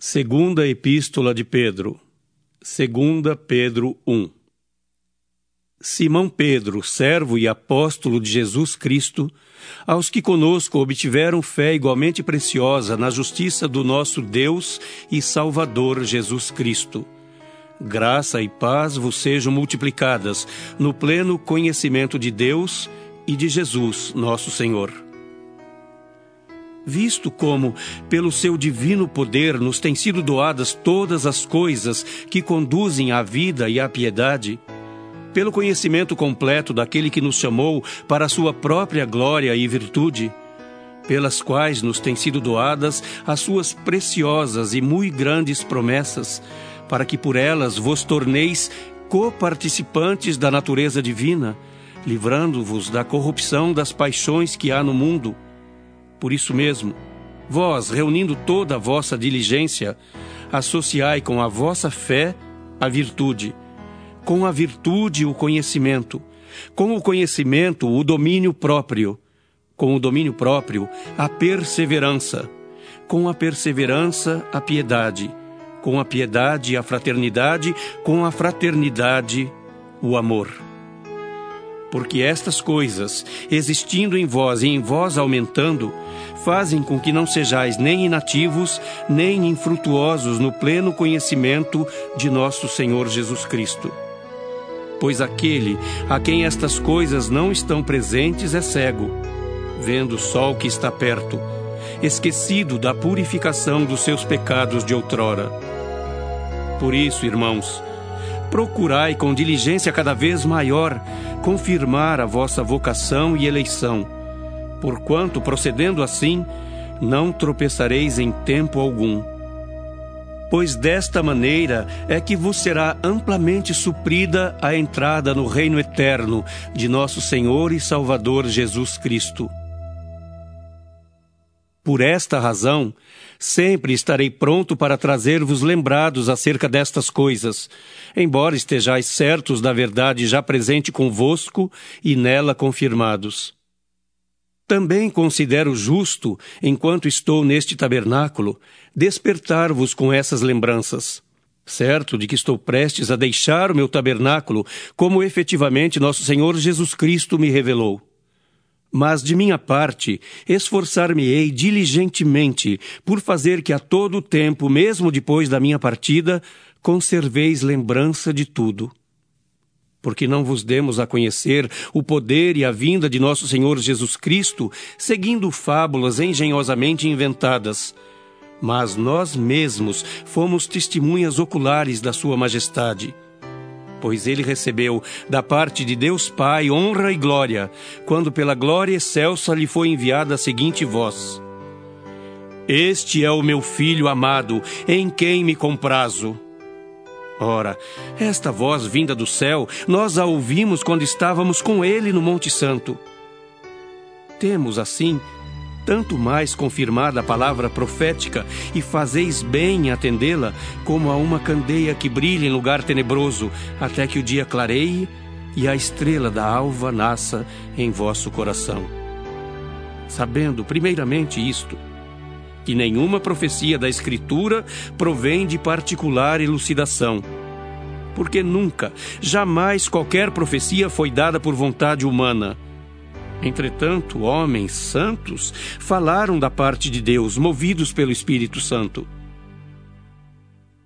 Segunda Epístola de Pedro, 2 Pedro 1. Simão Pedro, servo e apóstolo de Jesus Cristo, aos que conosco obtiveram fé igualmente preciosa na justiça do nosso Deus e Salvador Jesus Cristo. Graça e paz vos sejam multiplicadas no pleno conhecimento de Deus e de Jesus, nosso Senhor. Visto como, pelo seu divino poder, nos têm sido doadas todas as coisas que conduzem à vida e à piedade, pelo conhecimento completo daquele que nos chamou para a sua própria glória e virtude, pelas quais nos têm sido doadas as suas preciosas e muito grandes promessas, para que por elas vos torneis coparticipantes da natureza divina, livrando-vos da corrupção das paixões que há no mundo. Por isso mesmo, vós, reunindo toda a vossa diligência, associai com a vossa fé a virtude, com a virtude o conhecimento, com o conhecimento o domínio próprio, com o domínio próprio a perseverança, com a perseverança a piedade, com a piedade a fraternidade, com a fraternidade o amor. Porque estas coisas, existindo em vós e em vós aumentando, fazem com que não sejais nem inativos, nem infrutuosos no pleno conhecimento de nosso Senhor Jesus Cristo. Pois aquele a quem estas coisas não estão presentes é cego, vendo o sol que está perto, esquecido da purificação dos seus pecados de outrora. Por isso, irmãos, procurai com diligência cada vez maior confirmar a vossa vocação e eleição, porquanto, procedendo assim, não tropeçareis em tempo algum. Pois desta maneira é que vos será amplamente suprida a entrada no reino eterno de nosso Senhor e Salvador Jesus Cristo. Por esta razão, sempre estarei pronto para trazer-vos lembrados acerca destas coisas, embora estejais certos da verdade já presente convosco e nela confirmados. Também considero justo, enquanto estou neste tabernáculo, despertar-vos com essas lembranças, certo de que estou prestes a deixar o meu tabernáculo, como efetivamente nosso Senhor Jesus Cristo me revelou. Mas, de minha parte, esforçar-me-ei diligentemente por fazer que a todo o tempo, mesmo depois da minha partida, conserveis lembrança de tudo. Porque não vos demos a conhecer o poder e a vinda de nosso Senhor Jesus Cristo, seguindo fábulas engenhosamente inventadas, mas nós mesmos fomos testemunhas oculares da sua majestade. Pois ele recebeu da parte de Deus Pai honra e glória, quando pela glória excelsa lhe foi enviada a seguinte voz: Este é o meu Filho amado, em quem me comprazo. Ora, esta voz vinda do céu, nós a ouvimos quando estávamos com ele no Monte Santo. Temos, assim, tanto mais confirmada a palavra profética, e fazeis bem em atendê-la, como a uma candeia que brilha em lugar tenebroso, até que o dia clareie e a estrela da alva nasça em vosso coração. Sabendo, primeiramente, isto, que nenhuma profecia da Escritura provém de particular elucidação, porque nunca, jamais qualquer profecia foi dada por vontade humana. Entretanto, homens santos falaram da parte de Deus, movidos pelo Espírito Santo.